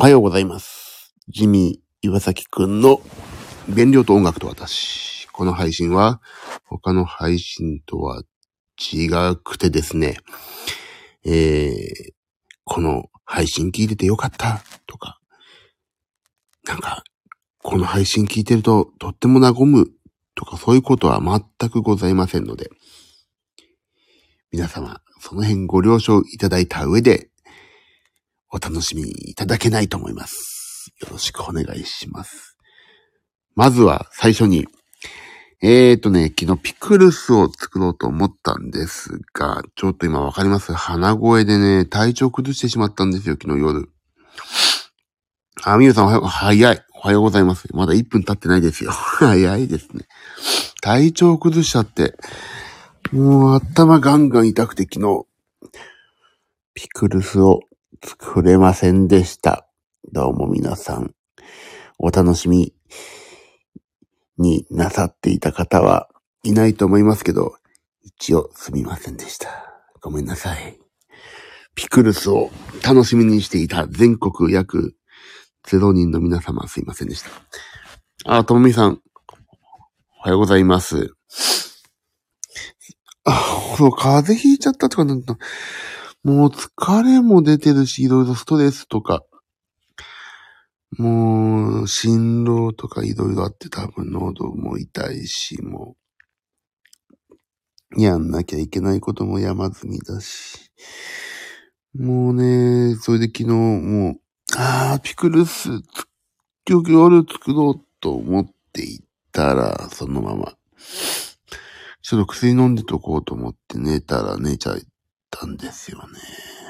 はようございます。ジミー岩崎くんの原料と音楽と私。この配信は他の配信とは違くてですね、この配信聞いててよかったとか、この配信聞いてるととっても和むとかそういうことは全くございませんので、皆様その辺ご了承いただいた上でお楽しみいただけないと思います。よろしくお願いします。まずは最初に、昨日ピクルスを作ろうと思ったんですが、ちょっと今わかります？鼻声でね、体調崩してしまったんですよ、昨日夜。みゆさん早い。おはようございます。まだ1分経ってないですよ。早いですね。体調崩しちゃって、もう頭ガンガン痛くて昨日、ピクルスを作れませんでした。どうも皆さん、お楽しみになさっていた方はいないと思いますけど、一応すみませんでした。ごめんなさい。ピクルスを楽しみにしていた全国約0人の皆様すいませんでした。ともみさん、おはようございます。そう、風邪ひいちゃったとかなんだ。もう疲れも出てるし、いろいろストレスとか、もう、心労とかいろいろあって多分喉も痛いし、もう、やんなきゃいけないことも山積みだし。もうね、それで昨日もう、ピクルス、今日夜作ろうと思っていたら、そのまま。ちょっと薬飲んでとこうと思って寝たら寝ちゃったんですよね。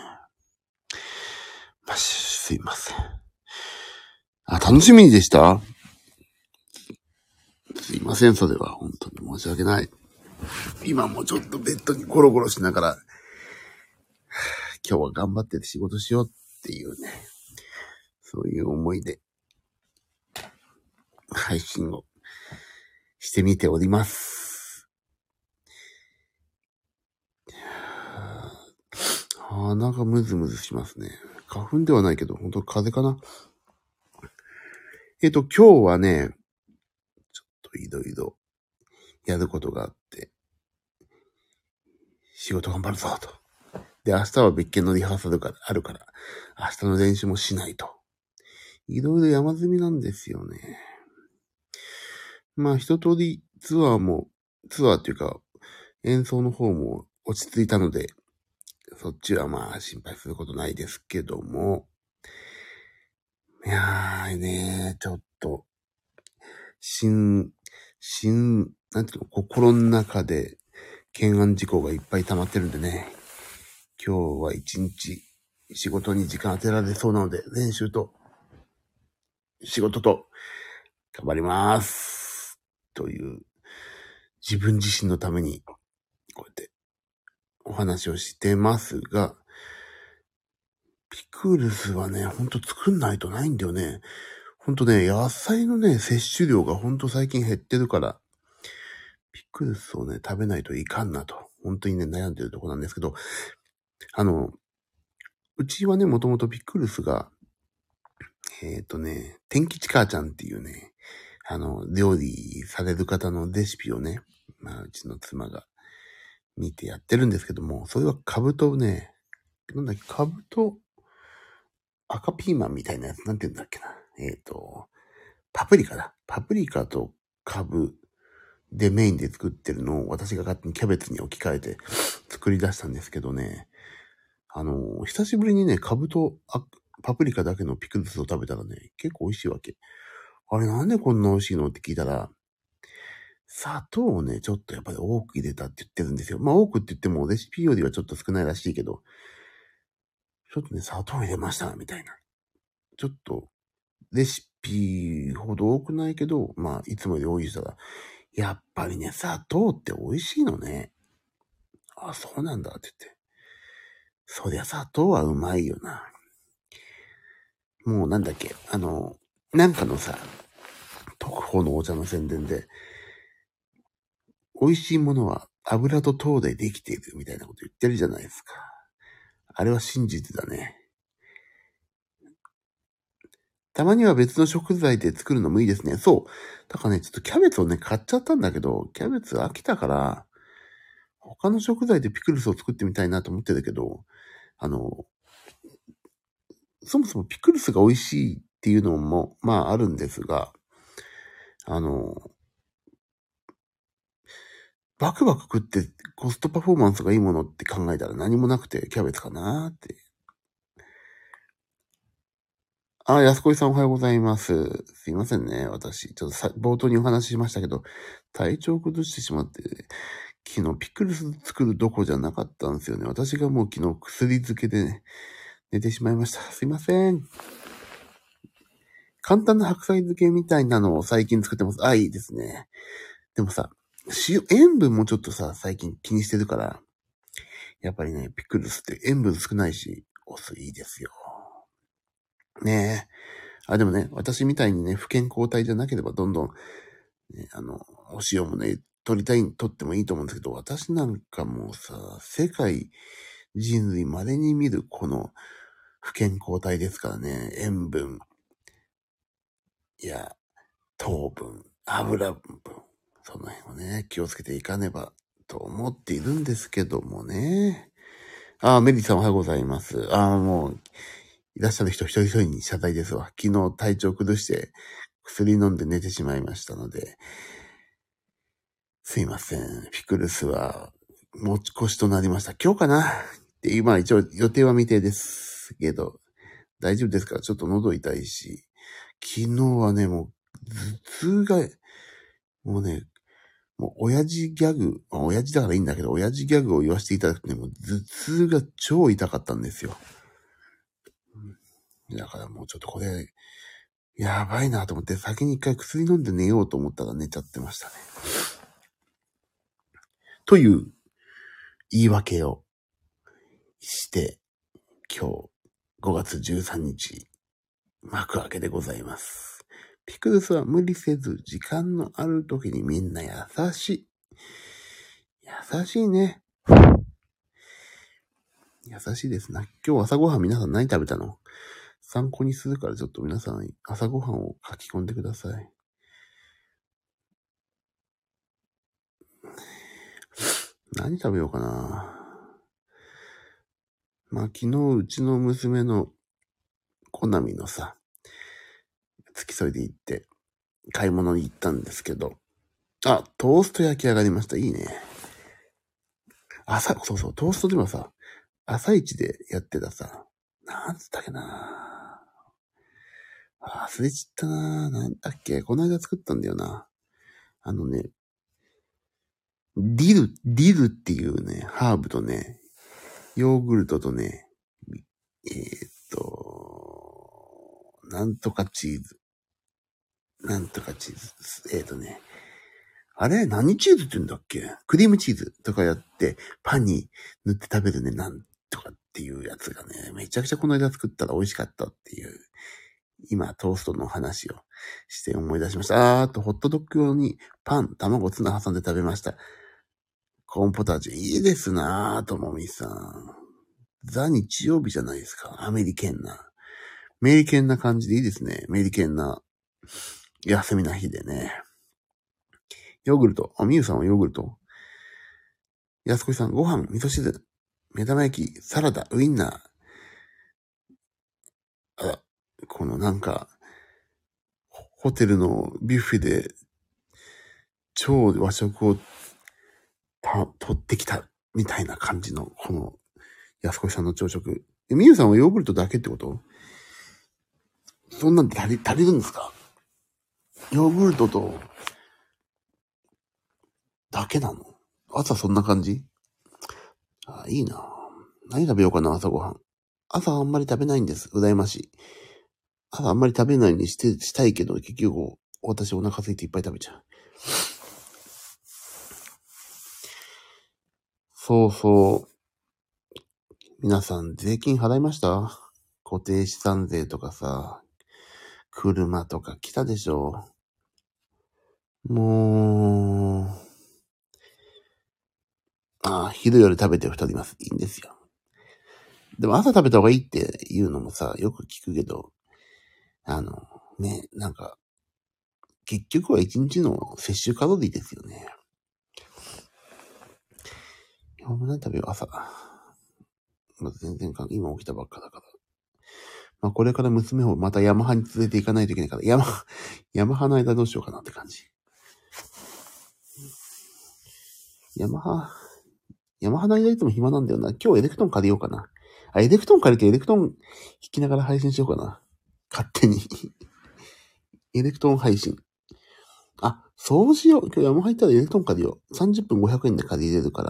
すいません。楽しみでした？すいません、それは。本当に申し訳ない。今もちょっとベッドにゴロゴロしながら、今日は頑張って仕事しようっていうね、そういう思いで、配信をしてみております。鼻がムズムズしますね。花粉ではないけど、本当風邪かな。今日はね、ちょっといろいろやることがあって、仕事頑張るぞと。で、明日は別件のリハーサルがあるから、明日の練習もしないと。いろいろ山積みなんですよね。一通りツアーっていうか、演奏の方も落ち着いたので、そっちは心配することないですけども、いやーね、ちょっと、なんていうの、心の中で懸案事項がいっぱい溜まってるんでね、今日は一日仕事に時間当てられそうなので、練習と仕事と頑張ります。という、自分自身のために、こうやってお話をしてますが、ピクルスはね、ほんと作んないとないんだよね。ほんとね、野菜のね、摂取量がほんと最近減ってるから、ピクルスをね、食べないといかんなと、本当にね、悩んでるとこなんですけど、うちはね、もともとピクルスが、天吉母ちゃんっていうね、料理される方のレシピをね、うちの妻が見てやってるんですけども、それはカブとね、カブと赤ピーマンみたいなやつ、なんて言うんだっけな。パプリカだ。パプリカとカブでメインで作ってるのを私が勝手にキャベツに置き換えて作り出したんですけどね、久しぶりにね、カブとパプリカだけのピクルスを食べたらね、結構美味しいわけ。あれなんでこんな美味しいのって聞いたら、砂糖をね、ちょっとやっぱり多く入れたって言ってるんですよ。多くって言ってもレシピよりはちょっと少ないらしいけど、ちょっとね、砂糖入れました、みたいな。ちょっと、レシピほど多くないけど、いつもより多いしたら、やっぱりね、砂糖って美味しいのね。そうなんだって言って。そりゃ砂糖はうまいよな。もうなんだっけ、なんかのさ、特報のお茶の宣伝で、美味しいものは油と糖でできているみたいなこと言ってるじゃないですか。あれは真実だね。 たまには別の食材で作るのもいいですね。そう。だからね、ちょっとキャベツをね、買っちゃったんだけど、キャベツ飽きたから、他の食材でピクルスを作ってみたいなと思ってたけど、そもそもピクルスが美味しいっていうのも、まああるんですが、バクバク食ってコストパフォーマンスがいいものって考えたら何もなくてキャベツかなーって。安子さんおはようございます。すいませんね。私、ちょっと冒頭にお話ししましたけど、体調を崩してしまって、昨日ピクルス作るどころじゃなかったんですよね。私がもう昨日薬漬けで、ね、寝てしまいました。すいません。簡単な白菜漬けみたいなのを最近作ってます。いいですね。でもさ、塩分もちょっとさ、最近気にしてるから、やっぱりね、ピクルスって塩分少ないし、お酢いいですよ。ねえ。でもね、私みたいにね、不健康体じゃなければどんどん、ね、お塩もね、取ってもいいと思うんですけど、私なんかもうさ、世界人類稀に見るこの不健康体ですからね、塩分、いや、糖分、油分、その辺をね、気をつけていかねばと思っているんですけどもね。メリーさんおはようございます。もう、いらっしゃる人一人一人に謝罪ですわ。昨日体調崩して薬飲んで寝てしまいましたので、すいません。ピクルスは持ち越しとなりました。今日かなって今一応予定は未定ですけど、大丈夫ですか？ちょっと喉痛いし、昨日はね、もう頭痛が、もうね、もう親父ギャグ、親父だからいいんだけど、親父ギャグを言わせていただくとね、もう頭痛が超痛かったんですよ。だからもうちょっとこれ、やばいなと思って先に一回薬飲んで寝ようと思ったら寝ちゃってましたね。という言い訳をして、今日5月13日、幕開けでございます。ピクルスは無理せず、時間のある時にみんな優しい。優しいね。優しいですな。今日朝ごはん皆さん何食べたの？参考にするからちょっと皆さん朝ごはんを書き込んでください。何食べようかな。昨日うちの娘のコナミのさ、付き添いで行って買い物に行ったんですけど、トースト焼き上がりました。いいね。そうそう、トーストでもさ、朝一でやってたさ、なんつったっけな忘れちったななんだっけこの間作ったんだよな。ディルっていうね、ハーブとね、ヨーグルトとね、なんとかチーズ。あれ何チーズって言うんだっけ？クリームチーズとかやって、パンに塗って食べるね、なんとかっていうやつがね、めちゃくちゃこの間作ったら美味しかったっていう、今トーストの話をして思い出しました。あとホットドッグ用にパン、卵、ツナ挟んで食べました。コーンポタージュいいですなぁ、ともみさん。ザ日曜日じゃないですか。アメリケンな感じでいいですね。メリケンな休みな日でね。ヨーグルト。みゆさんはヨーグルト。安子さん、ご飯、味噌汁、目玉焼き、サラダ、ウインナー。このなんか、ホテルのビュッフェで、超和食を取ってきた、みたいな感じの、この、安子さんの朝食。みゆさんはヨーグルトだけってこと？そんなんで足りるんですか？ヨーグルトと、だけなの？朝そんな感じ？いいな。何食べようかな、朝ごはん。朝あんまり食べないんです。羨ましい。朝あんまり食べないようにしたいけど、結局、私お腹空いていっぱい食べちゃう。そうそう。皆さん、税金払いました？固定資産税とかさ、車とか来たでしょ？もう、昼より食べて太ります。いいんですよ。でも朝食べた方がいいっていうのもさ、よく聞くけど、 ね、なんか、結局は1日の摂取カロリーですよね。今も何食べよう、朝。まだ全然今起きたばっかだから。まあこれから娘をまたヤマハに連れて行かないといけないから、ヤマハの間どうしようかなって感じ。ヤマハの間いつも暇なんだよな。今日エレクトーン借りようかな。エレクトーン借りてエレクトーン弾きながら配信しようかな。勝手に。エレクトーン配信。そうしよう。今日ヤマハ行ったらエレクトーン借りよう。30分500円で借りれるから。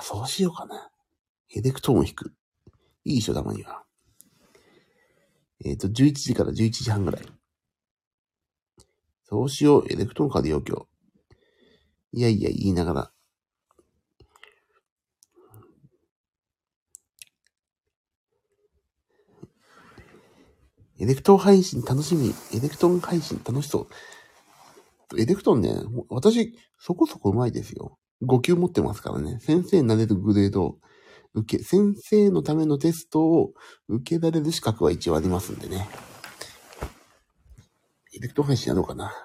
そうしようかな。エレクトーンを弾く。いいでしょ、たまには。11時から11時半ぐらい。そうしよう。エレクトーン借りよう、今日。いやいや、言いながら。エレクトーン配信楽しみ。エレクトーン配信楽しそう。エレクトーンね、私、そこそこ上手いですよ。5級持ってますからね。先生になれるグレードを先生のためのテストを受けられる資格は一応ありますんでね。エレクトーン配信やろうかな。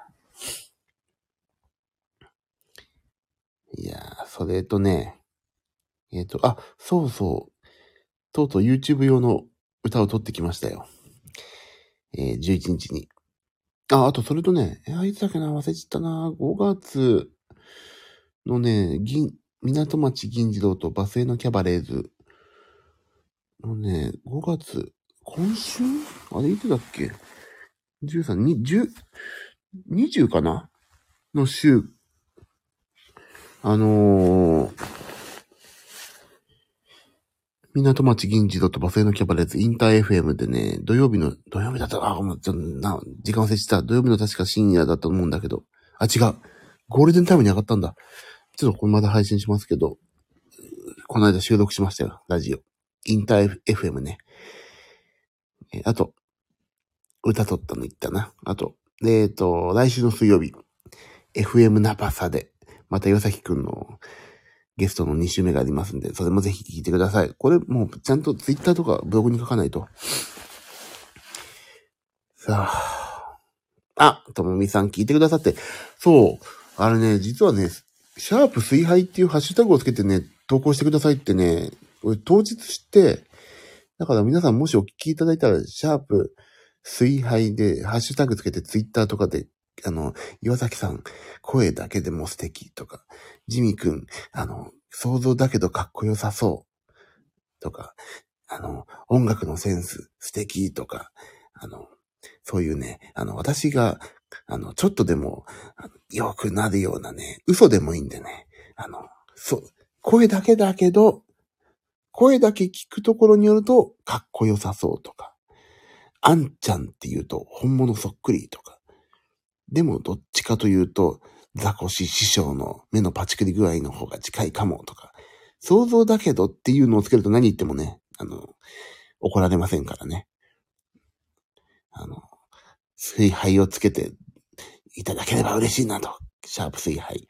いやー、それとね、そうそう。とうとう YouTube 用の歌を撮ってきましたよ。11日に。あとそれとね、いつだっけな、忘れちゃったな。5月のね、港町銀次郎とバスへのキャバレーズのね、5月、今週あれいつだっけ ?13、20かなの週、港町銀次郎とバスへのキャバレーズインター FM でね、土曜日だった時間忘れてた。土曜日の確か深夜だと思うんだけど。違う。ゴールデンタイムに上がったんだ。ちょっとこれまだ配信しますけど、この間収録しましたよ。ラジオ。インター FM ね。あと、歌撮ったの言ったな。あと、来週の水曜日、FM ナパサで、また岩崎くんのゲストの2週目がありますんで、それもぜひ聞いてください。これもうちゃんとツイッターとかブログに書かないと。さあ。ともみさん聞いてくださって。そう。あれね、実はね、シャープ水杯っていうハッシュタグをつけてね、投稿してくださいってね、俺当日知って、だから皆さんもしお聞きいただいたら、シャープ水杯でハッシュタグつけてツイッターとかで、岩崎さん、声だけでも素敵とか、ジミくん、想像だけどかっこよさそうとか、音楽のセンス素敵とか、そういうね、私が、ちょっとでも、良くなるようなね、嘘でもいいんでね、声だけだけど、声だけ聞くところによると、かっこよさそうとか、あんちゃんって言うと、本物そっくりとか、でもどっちかというと、ザコシ師匠の目のパチクリ具合の方が近いかもとか、想像だけどっていうのをつけると何言ってもね、怒られませんからね。水杯をつけていただければ嬉しいなと。シャープ水杯。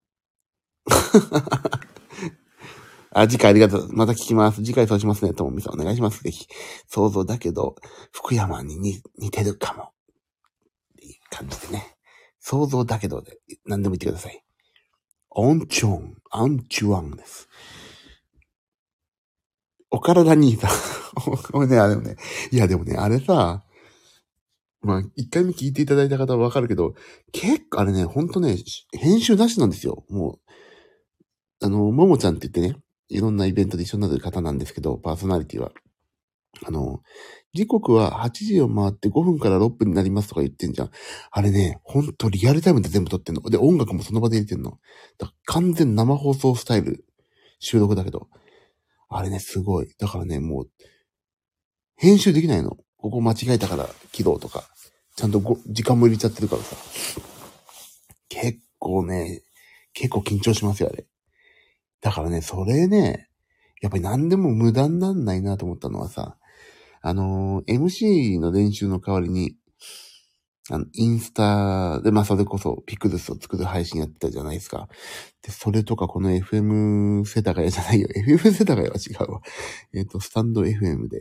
次回ありがとう。また聞きます。次回そうしますね。ともみさんお願いします。ぜひ。想像だけど、福山に似てるかも。っていう感じでね。想像だけどで、何でも言ってください。アンチュアンです。お体にいいさ。これね、あれね。いや、でもね、あれさ、一回目聞いていただいた方はわかるけど、結構あれね、ほんとね、編集なしなんですよ。もう、ももちゃんって言ってね、いろんなイベントで一緒になる方なんですけど、パーソナリティは。時刻は8時を回って5分から6分になりますとか言ってんじゃん。あれね、ほんとリアルタイムで全部撮ってんの。で、音楽もその場で入れてんの。だから完全生放送スタイル、収録だけど。あれね、すごい。だからね、もう、編集できないの。ここ間違えたから起動とか。ちゃんと時間も入れちゃってるからさ。結構緊張しますよ、あれ。だからね、それね、やっぱり何でも無駄になんないなと思ったのはさ、MC の練習の代わりに、インスタで、それこそピクルスを作る配信やってたじゃないですか。で、それとかこの FM 世田谷じゃないよ。FM 世田谷は違うわ。スタンド FM で、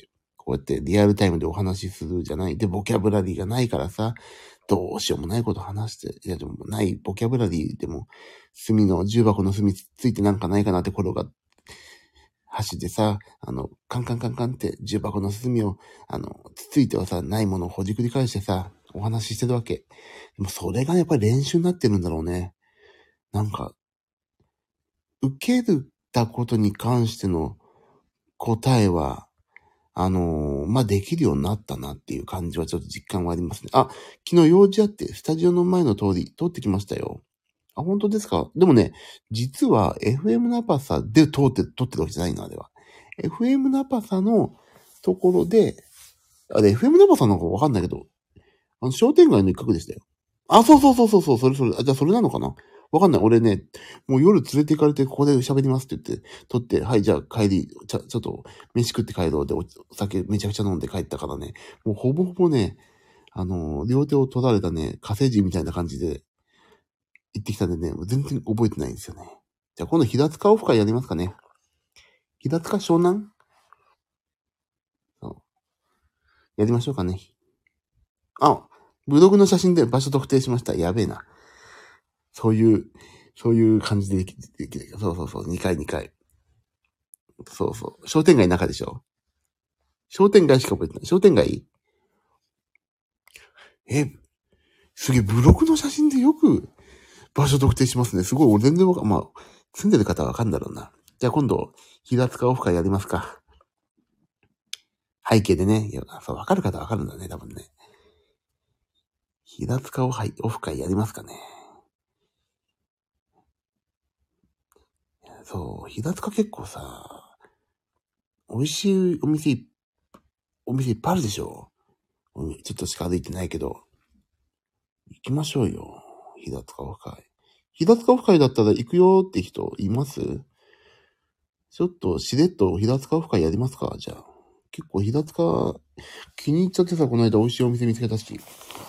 こうやってリアルタイムでお話しするじゃない。で、ボキャブラリーがないからさ、どうしようもないこと話して、いやでもないボキャブラリーでも、重箱の隅ついてなんかないかなって頃が、箸でさ、カンカンカンカンって重箱の隅を、つついてはさ、ないものをほじくり返してさ、お話ししてるわけ。でもそれがやっぱり練習になってるんだろうね。なんか、受けたことに関しての答えは、できるようになったなっていう感じはちょっと実感はありますね。あ、昨日用事あって、スタジオの前の通ってきましたよ。あ、本当ですか？でもね、実は FM ナパサで撮ってるわけじゃないの、あれは。FM ナパサのところで、あれ、FM ナパサなのかわかんないけど、商店街の一角でしたよ。あ、そう、それ。あ、じゃあそれなのかな？わかんない。俺ね、もう夜連れて行かれてここで喋りますって言って、撮って、はい、じゃあ帰り、ちょっと飯食って帰ろうで、お酒めちゃくちゃ飲んで帰ったからね、もうほぼほぼね、両手を取られたね、火星人みたいな感じで行ってきたんでね、全然覚えてないんですよね。じゃあ今度平塚オフ会やりますかね。平塚湘南？そう。やりましょうかね。あ、ブログの写真で場所特定しました。やべえな。そういう感じでできる。そう、2回。そう。商店街の中でしょ？商店街しか覚えてない。商店街？すげえ、ブログの写真でよく場所特定しますね。すごい、俺全然住んでる方はわかんだろうな。じゃあ今度、平塚オフ会やりますか。背景でね。そう、わかる方はわかるんだね、多分ね。平塚オフ会やりますかね。そう、平塚結構さ、美味しいお店いっぱいあるでしょ？ちょっとしか歩いてないけど。行きましょうよ。平塚オフ会。平塚オフ会だったら行くよって人います？ちょっとしれっと平塚オフ会やりますか？じゃあ。結構平塚気に入っちゃってさ、この間美味しいお店見つけたし。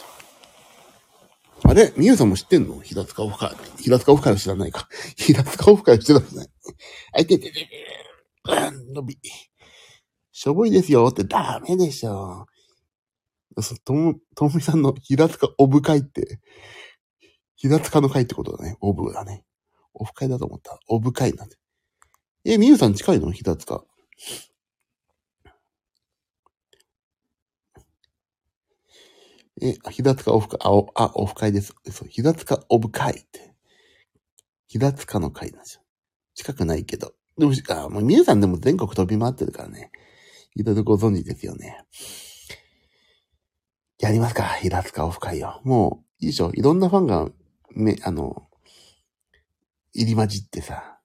あれみゆさんも知ってんの？平塚オフ会。平塚オフ会は知らないか。平塚オフ会は知らない。あいて、伸び。しょぼいですよってダメでしょ。ともみさんの平塚オブ会って、平塚の会ってことだね。オブだね。オフ会だと思った。オブ会なんて。みゆさん近いの？平塚。平塚オフ会、オフ会です。そう、平塚オブ会って。平塚の会なんですよ。近くないけど。でも、もうみゆさんでも全国飛び回ってるからね。いろいろご存知ですよね。やりますか？平塚オフ会を。もう、いいでしょ？いろんなファンが、入り混じってさ、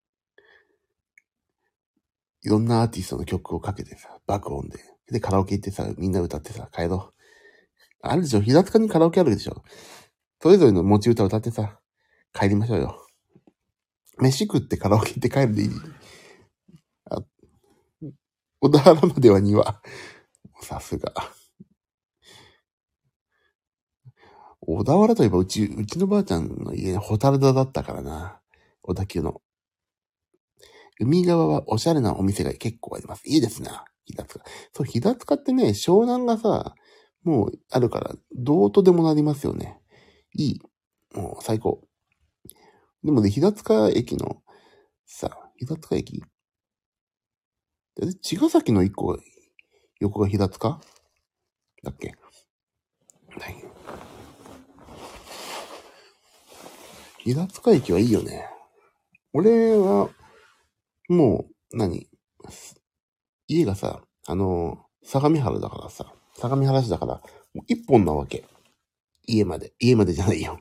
いろんなアーティストの曲をかけてさ、爆音で。で、カラオケ行ってさ、みんな歌ってさ、帰ろう。あるでしょ？平塚にカラオケあるでしょ？それぞれの持ち歌を歌ってさ、帰りましょうよ。飯食ってカラオケ行って帰るでいい。小田原までは庭。さすが。小田原といえばうちのばあちゃんの家、ホタル田だったからな。小田急の。海側はおしゃれなお店が結構あります。いいですな。平塚。そう、平塚ってね、湘南がさ、もうあるから、どうとでもなりますよね。いい。もう最高。でもね、平塚駅の、平塚駅茅ヶ崎の一個が、横が平塚だっけ？はい。平塚駅はいいよね。俺は、もう、家がさ、相模原だからさ、相模原市だから、もう一本なわけ。家までじゃないよ。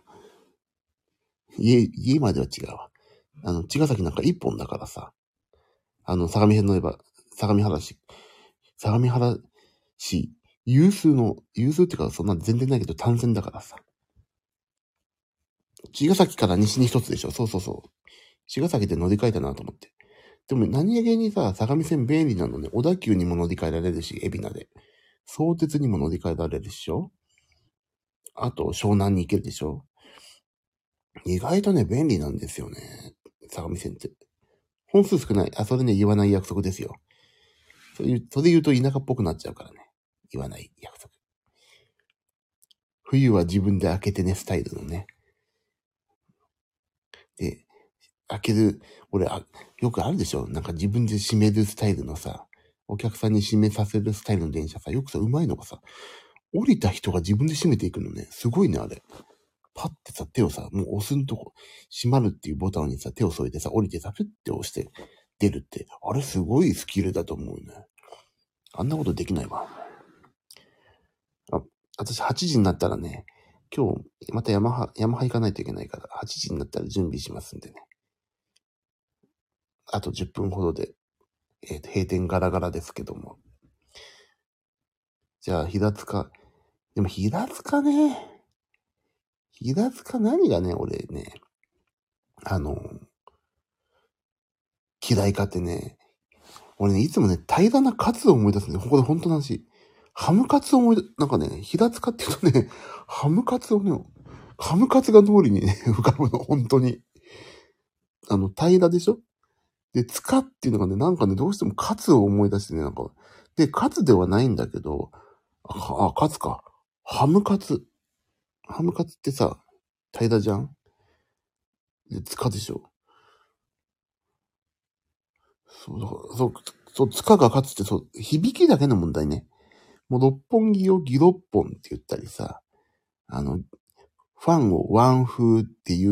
家までは違うわ。茅ヶ崎なんか一本だからさ、相模原の相模原市、有数っていうかそんな全然ないけど単線だからさ。茅ヶ崎から西に一つでしょ。そう。茅ヶ崎で乗り換えたなと思って。でも何気にさ、相模線便利なのね。小田急にも乗り換えられるし、海老名で。相鉄にも乗り換えられるでしょ。あと、湘南に行けるでしょ。意外とね、便利なんですよね。相模線って。本数少ない。それね、言わない約束ですよ。 それ言うと田舎っぽくなっちゃうからね。言わない約束。冬は自分で開けてね、スタイルのね。で、開ける、よくあるでしょ？なんか自分で閉めるスタイルのさ、お客さんに閉めさせるスタイルの電車さ、よくさ、うまいのがさ、降りた人が自分で閉めていくのね。すごいね、あれ。パッてさ、手をさ、もう押すんとこ、閉まるっていうボタンにさ、手を添えてさ、降りてさ、ピュッて押して出るって、あれすごいスキルだと思うね。あんなことできないわ。私8時になったらね、今日、またヤマハ行かないといけないから、8時になったら準備しますんでね。あと10分ほどで、閉店ガラガラですけども。じゃあ、平塚。でも平塚ね。平塚何がね、俺ね、嫌いかってね、俺ね、いつもね、平らなカツを思い出すんで、ここで本当の話。ハムカツをなんかね、平塚って言うとね、ハムカツをね、ハムカツが脳裏にね、浮かぶの、本当に。平らでしょ？で、塚っていうのがね、なんかね、どうしてもカツを思い出してね、なんか。で、カツではないんだけど、カツか。ハムカツ。ハムカツってさ、平らじゃん？で、塚でしょ？そう、塚がカツってそう、響きだけの問題ね。もう六本木をギロッポンって言ったりさ、ファンをワン風っていう、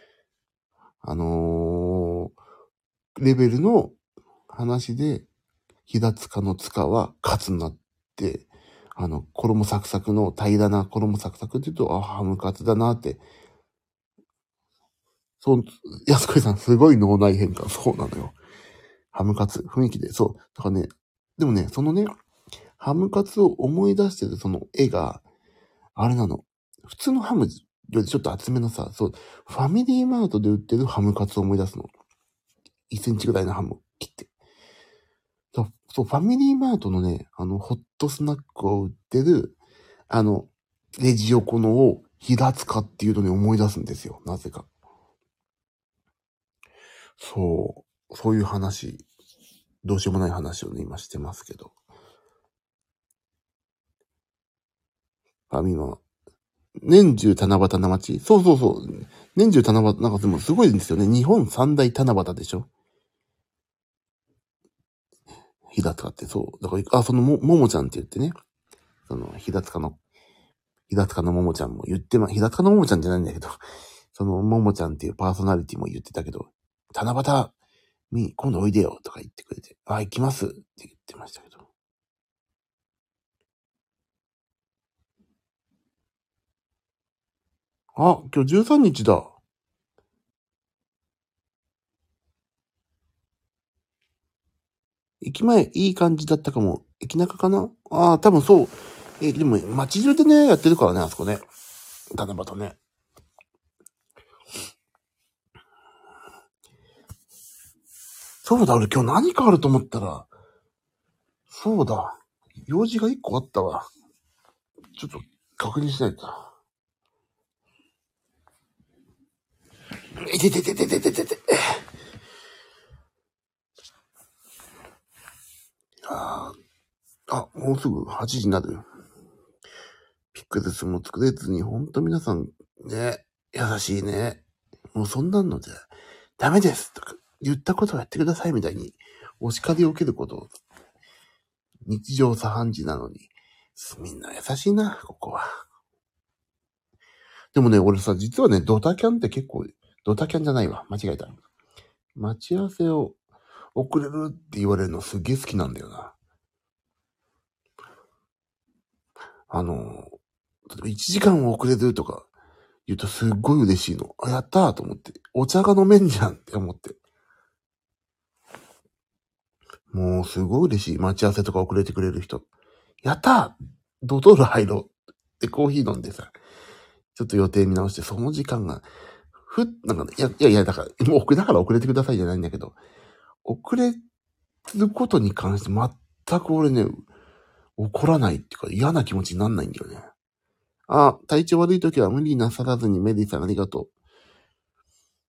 レベルの話で、平塚の塚はカツになって、衣サクサクの平らな衣サクサクって言うと、ハムカツだなって。そう、安子さんすごい脳内変化。そうなのよ。ハムカツ、雰囲気で。そう。だからね、でもね、そのね、ハムカツを思い出してるその絵が、あれなの。普通のハムよりちょっと厚めのさ、そう、ファミリーマートで売ってるハムカツを思い出すの。1センチぐらいのハムを切って。そう、ファミリーマートのね、ホットスナックを売ってる、レジ横のを平塚っていうのに思い出すんですよ。なぜか。そういう話、どうしようもない話をね、今してますけど。ファミマ、年中七夕な街？そう。年中七夕、なんかでもすごいんですよね。日本三大七夕でしょ？平塚ってそう。だから、そのももちゃんって言ってね。平塚のももちゃんも言って平塚のももちゃんじゃないんだけど、そのももちゃんっていうパーソナリティも言ってたけど、七夕、今度おいでよとか言ってくれて、行きますって言ってましたけど。今日13日だ。駅前いい感じだったかも。駅中かな？多分そう。でも街中でね、やってるからね、あそこね。七夕ね。そうだ、俺今日何かあると思ったら、そうだ。用事が1個あったわ。ちょっと確認しないと。いて。もうすぐ8時になる。ピックルスも作れずに、ほんと皆さん、ね、優しいね。もうそんなんので、ダメですとか、言ったことをやってくださいみたいに、お叱りを受けることを、日常茶飯事なのに、みんな優しいな、ここは。でもね、俺さ、実はね、ドタキャンって結構、ドタキャンじゃないわ。間違えた。待ち合わせを遅れるって言われるのすげえ好きなんだよな。1時間遅れるとか言うとすっごい嬉しいの。やったーと思って。お茶が飲めんじゃんって思って。もうすごい嬉しい。待ち合わせとか遅れてくれる人。やったードトール入ろうってコーヒー飲んでさ、ちょっと予定見直して、その時間が、なんかね、だから、もうだから遅れてくださいじゃないんだけど、遅れることに関して全く俺ね、怒らないっていうか嫌な気持ちになんないんだよね。体調悪い時は無理なさらずにメリーさんありがとう。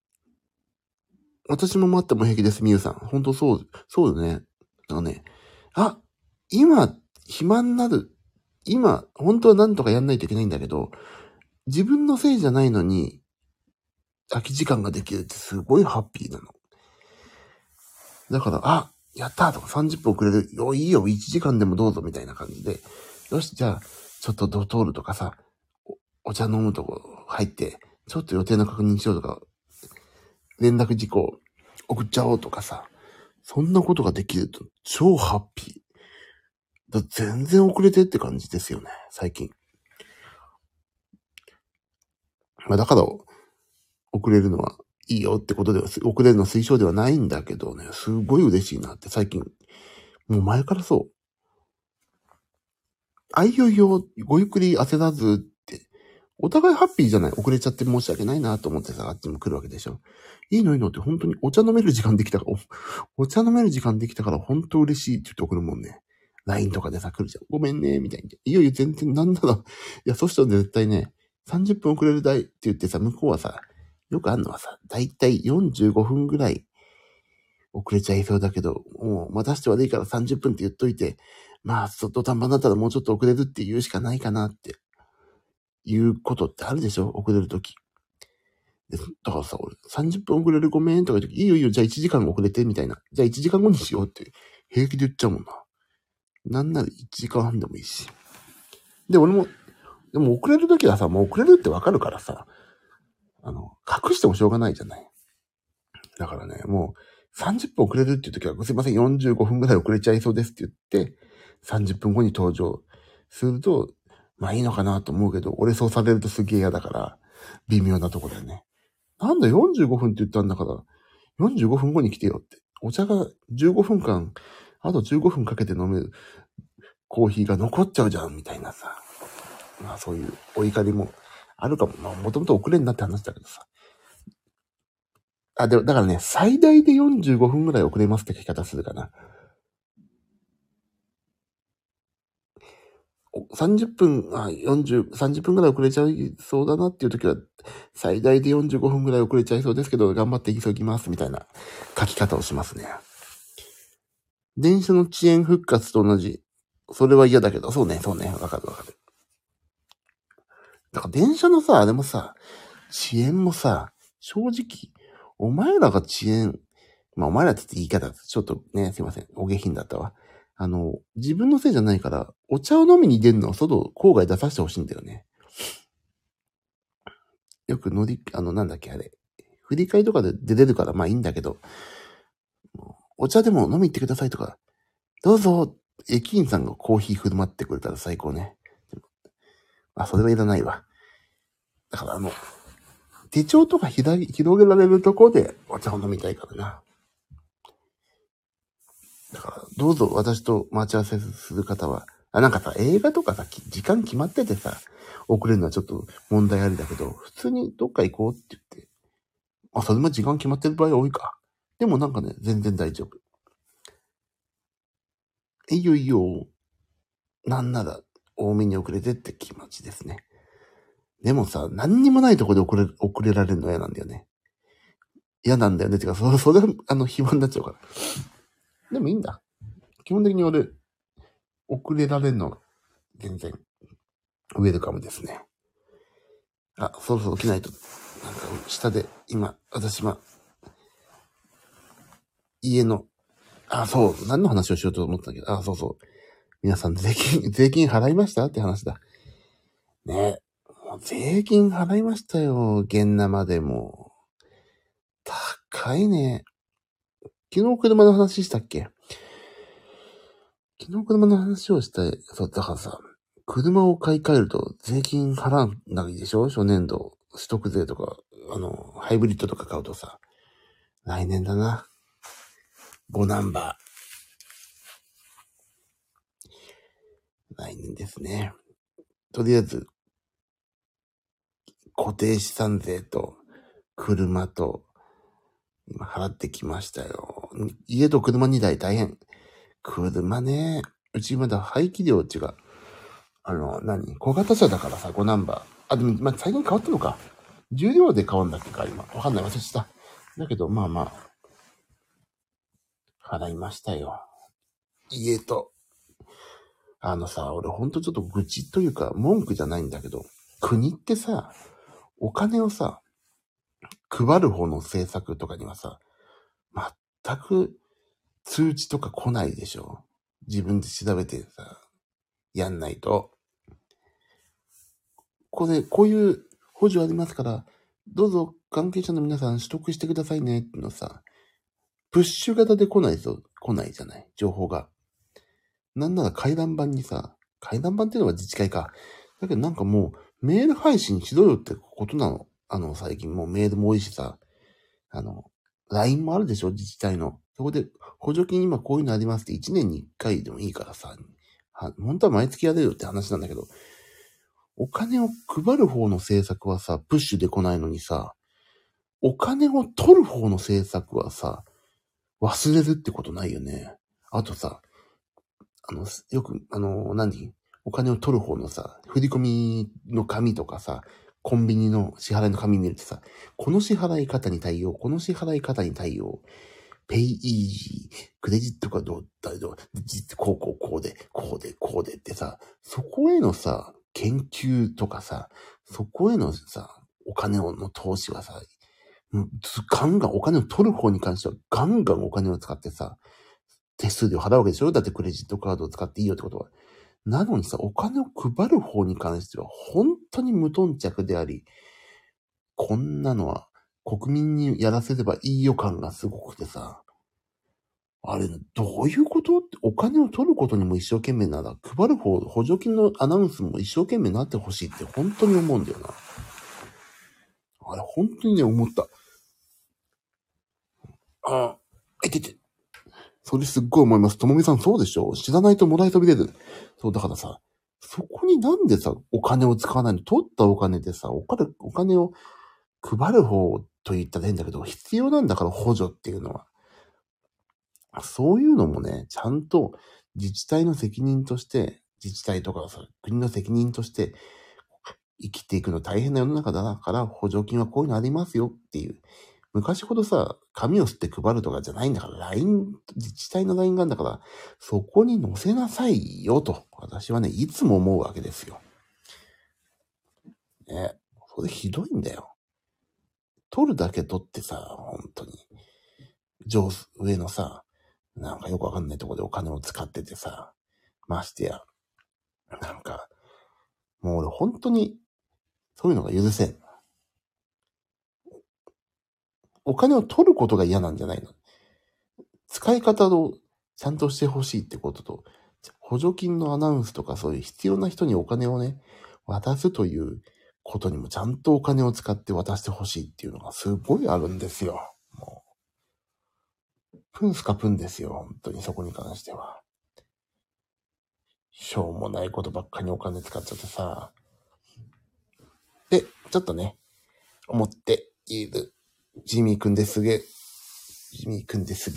私も待っても平気です、みゆさん。ほんとそうよね。 あ、今、暇になる。今、本当は何とかやんないといけないんだけど、自分のせいじゃないのに、空き時間ができるってすごいハッピーなの。だから、あ、やったーとか30分遅れる。いいよ、1時間でもどうぞみたいな感じで。よし、じゃあ、ちょっとドトールとかさ、お茶飲むとこ入って、ちょっと予定の確認しようとか、連絡事項送っちゃおうとかさ、そんなことができると超ハッピー。全然遅れてって感じですよね、最近。まあだから、遅れるのはいいよってことでは、遅れるの推奨ではないんだけどね、すごい嬉しいなって最近、もう前からそう。あいよいよ、ごゆっくり焦らずって、お互いハッピーじゃない。遅れちゃって申し訳ないなと思ってさ、あっちも来るわけでしょ。いいのって本当にお茶飲める時間できたから、お茶飲める時間できたから本当嬉しいって言って送るもんね。LINE とかでさ、来るじゃん。ごめんね、みたいに。いよいよ全然なんなら、いや、そしたら絶対ね、30分遅れる代って言ってさ、向こうはさ、よくあんのはさ、だいたい45分ぐらい遅れちゃいそうだけど、もう、出して悪いから30分って言っといて、まあ、土壇場になったらもうちょっと遅れるって言うしかないかなっていうことってあるでしょ？遅れるとき。だからさ、俺、30分遅れるごめんとか言うとき、いいよいいよ、じゃあ1時間遅れてみたいな。じゃあ1時間後にしようって平気で言っちゃうもんな。なんなら1時間半でもいいし。で、俺も、でも遅れるときはさ、もう遅れるってわかるからさ、隠してもしょうがないじゃない。だからね、もう30分遅れるっていうときは、すいません、45分ぐらい遅れちゃいそうですって言って、30分後に登場すると、まあいいのかなと思うけど、俺そうされるとすげえ嫌だから、微妙なとこだよね。なんだ45分って言ったんだから、45分後に来てよって。お茶が15分間、あと15分かけて飲めるコーヒーが残っちゃうじゃん、みたいなさ。まあそういうお怒りもあるかも。まあもともと遅れんなって話だけどさ。だからね、最大で45分ぐらい遅れますって書き方するかな。30分、30分ぐらい遅れちゃいそうだなっていう時は、最大で45分ぐらい遅れちゃいそうですけど、頑張って急ぎますみたいな書き方をしますね。電車の遅延復活と同じ。それは嫌だけど、そうね、わかる。だから電車のさ、でもさ、遅延もさ、正直、お前らが遅延、まあお前らって言い方、ちょっとね、すいません、お下品だったわ。自分のせいじゃないから、お茶を飲みに出るのを郊外出させてほしいんだよね。よくなんだっけあれ。振り替えとかで出れるからまあいいんだけど、お茶でも飲み行ってくださいとか、どうぞ、駅員さんがコーヒー振る舞ってくれたら最高ね。それはいらないわ。だから手帳とか広げられるところでお茶を飲みたいからな。だから、どうぞ私と待ち合わせする方は、なんかさ、映画とかさ、時間決まっててさ、遅れるのはちょっと問題ありだけど、普通にどっか行こうって言って、それも時間決まってる場合多いか。でもなんかね、全然大丈夫。いいよいいよ。なんなら、多めに遅れてって気持ちですね。でもさ、何にもないところで遅れられるの嫌なんだよね。嫌なんだよね。てか、それは、暇になっちゃうから。でもいいんだ。基本的に俺、遅れられるのが全然、ウェルカムですね。そろそろ起きないと。なんか、下で、今、私は、家の、そう、何の話をしようと思ったんだけど、そうそう。皆さん、税金払いましたって話だ。ね。もう税金払いましたよ。現生でも。高いね。昨日車の話したっけ？昨日車の話をして、そう、だからさ、車を買い替えると税金払わないでしょ？初年度、取得税とか、ハイブリッドとか買うとさ、来年だな。5ナンバー。来年ですね。とりあえず、固定資産税と、車と、今払ってきましたよ。家と車2台大変。車ね。うちまだ排気量違う。小型車だからさ、5ナンバー。でも、最近変わったのか。重量で変わんだっけか、今。わかんない。忘れちゃった。だけど、払いましたよ。 家と、俺ほんとちょっと愚痴というか文句じゃないんだけど、国ってさ、お金をさ、配る方の政策とかにはさ、全く通知とか来ないでしょ。自分で調べてさ、やんないと。こういう補助ありますから、どうぞ関係者の皆さん取得してくださいねってのさ、プッシュ型で来ないじゃない、情報が。なんなら回覧板にさ、回覧板っていうのは自治会か。だけどなんかもう、メール配信しろよってことなの。最近もうメールも多いしさ、LINE もあるでしょ、自治体の。そこで、補助金今こういうのありますって1年に1回でもいいからさ、本当は毎月やれよって話なんだけど、お金を配る方の政策はさ、プッシュで来ないのにさ、お金を取る方の政策はさ、忘れるってことないよね。あとさ、よく、お金を取る方のさ、振り込みの紙とかさ、コンビニの支払いの紙見るとさ、この支払い方に対応、この支払い方に対応、ペイイージー、クレジットカード、こうでってさ、そこへのさ、研究とかさ、そこへのさ、お金の投資はさ、ガンガンお金を取る方に関してはガンガンお金を使ってさ、手数料払うわけでしょ？だってクレジットカードを使っていいよってことは。なのにさ、お金を配る方に関しては本当に無頓着であり、こんなのは国民にやらせればいい予感がすごくてさ、あれ、どういうことって、お金を取ることにも一生懸命なら、配る方、補助金のアナウンスも一生懸命になってほしいって本当に思うんだよな。あれ、本当にね、思った。それすっごい思います。ともみさんそうでしょ？知らないともらい飛び出る。そう、だからさ、そこになんでさ、お金を使わないの？取ったお金でさ、お金を配る方と言ったら変だけど、必要なんだから補助っていうのは。そういうのもね、ちゃんと自治体の責任として、自治体とかさ、国の責任として、生きていくの大変な世の中だから補助金はこういうのありますよっていう。昔ほどさ、紙を吸って配るとかじゃないんだから、自治体の LINE があるんだから、そこに載せなさいよと、私はね、いつも思うわけですよ。ね。それひどいんだよ。取るだけ取ってさ、本当に。上のさ、なんかよくわかんないところでお金を使っててさ、ましてや、なんか、もう俺本当に、そういうのが許せん。お金を取ることが嫌なんじゃないの。使い方をちゃんとしてほしいってことと、補助金のアナウンスとかそういう必要な人にお金をね、渡すということにもちゃんとお金を使って渡してほしいっていうのがすごいあるんですよ。もう、プンスカプンですよ。本当にそこに関しては。しょうもないことばっかりお金使っちゃってさ。で、ちょっとね、思っているジミーくんですげ、ジミーくんです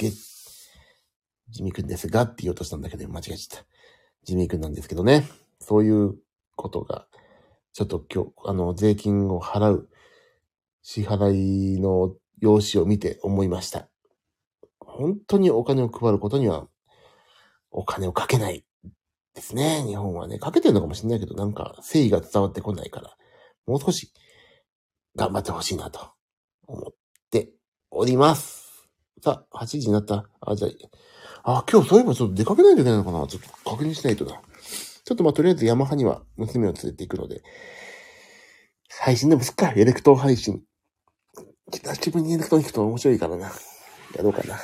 がって言おうとしたんだけど間違えちゃった。ジミーくんなんですけどね。そういうことが、ちょっと今日、税金を払う支払いの用紙を見て思いました。本当にお金を配ることには、お金をかけないですね。日本はね、かけてるのかもしれないけど、なんか誠意が伝わってこないから、もう少し頑張ってほしいなと思っております。さあ、8時になった。じゃあ、今日そういえばちょっと出かけないといけないのかな？ちょっと確認しないとな。ちょっととりあえずヤマハには娘を連れて行くので、配信でもすっか、エレクトー配信。久しぶりにエレクトーに行くと面白いからな。やろうかな。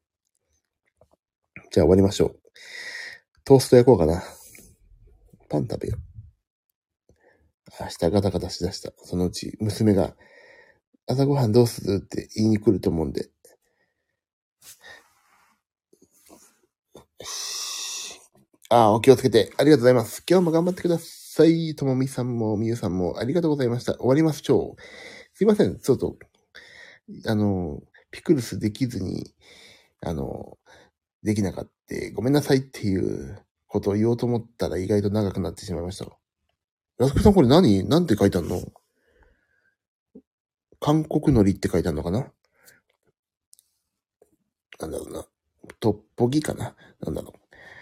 じゃあ終わりましょう。トースト焼こうかな。パン食べよう。明日ガタガタしだした。そのうち娘が朝ごはんどうするって言いに来ると思うんで。お気をつけてありがとうございます。今日も頑張ってください。ともみさんもみゆさんもありがとうございました。終わります。すいません。ちょっと、ピクルスできずに、できなかった。ごめんなさいっていうことを言おうと思ったら意外と長くなってしまいました。ラスクさんこれなんて書いてあるの？韓国海苔って書いてあるのかな？なんだろうな。トッポギかな？なんだろう。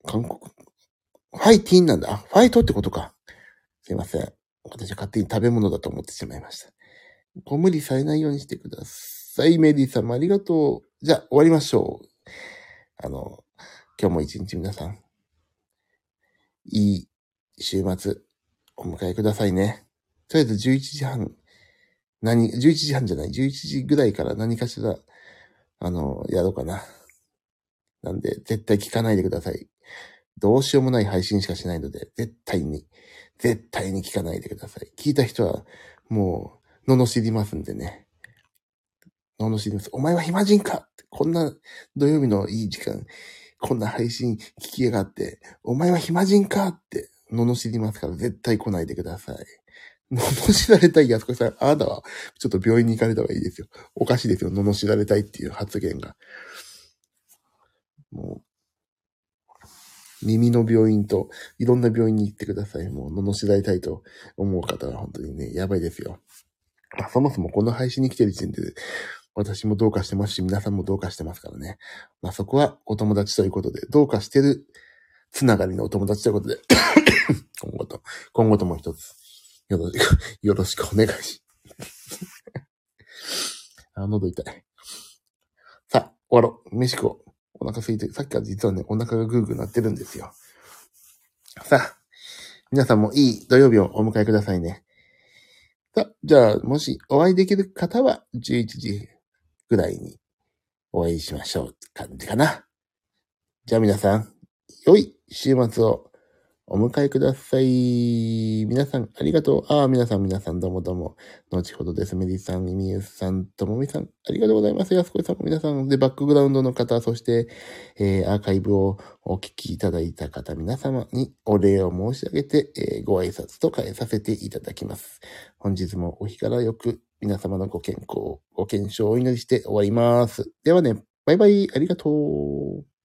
韓国、ファイティーンなんだ。あ、ファイトってことか。すいません。私は勝手に食べ物だと思ってしまいました。ご無理されないようにしてください。メリー様ありがとう。じゃあ終わりましょう。今日も一日皆さん、いい週末お迎えくださいね。とりあえず11時半、11時半じゃない、11時ぐらいから何かしら、やろうかな。なんで、絶対聞かないでください。どうしようもない配信しかしないので、絶対に聞かないでください。聞いた人は、もう、罵りますんでね。罵ります。お前は暇人かって、こんな土曜日のいい時間、こんな配信聞きやがって、お前は暇人かって、罵りますから絶対来ないでください。罵られたい安子さん、あなたはちょっと病院に行かれた方がいいですよ。おかしいですよ。罵られたいっていう発言が。もう、耳の病院といろんな病院に行ってください。もう、罵られたいと思う方は本当にね、やばいですよ。そもそもこの配信に来てる時点で、私もどうかしてますし、皆さんもどうかしてますからね。そこはお友達ということで、どうかしてるつながりのお友達ということで、今後とも一つ、よろしくお願いし。喉痛い。さあ、終わろう。飯食おう。お腹空いて、さっきから実はね、お腹がグーグー鳴ってるんですよ。さあ、皆さんもいい土曜日をお迎えくださいね。さあ、じゃあ、もしお会いできる方は11時ぐらいにお会いしましょうって感じかな。じゃあ皆さん、良い週末をお迎えください。皆さん、ありがとう。皆さん、どうもどうも。後ほどです。メリーさん、みゆさん、ともみさん、ありがとうございます。やすこさんも皆さん、で、バックグラウンドの方、そして、アーカイブをお聞きいただいた方、皆様にお礼を申し上げて、ご挨拶と変えさせていただきます。本日もお日からよく、皆様のご健康、ご健勝をお祈りして終わります。ではね、バイバイ、ありがとう。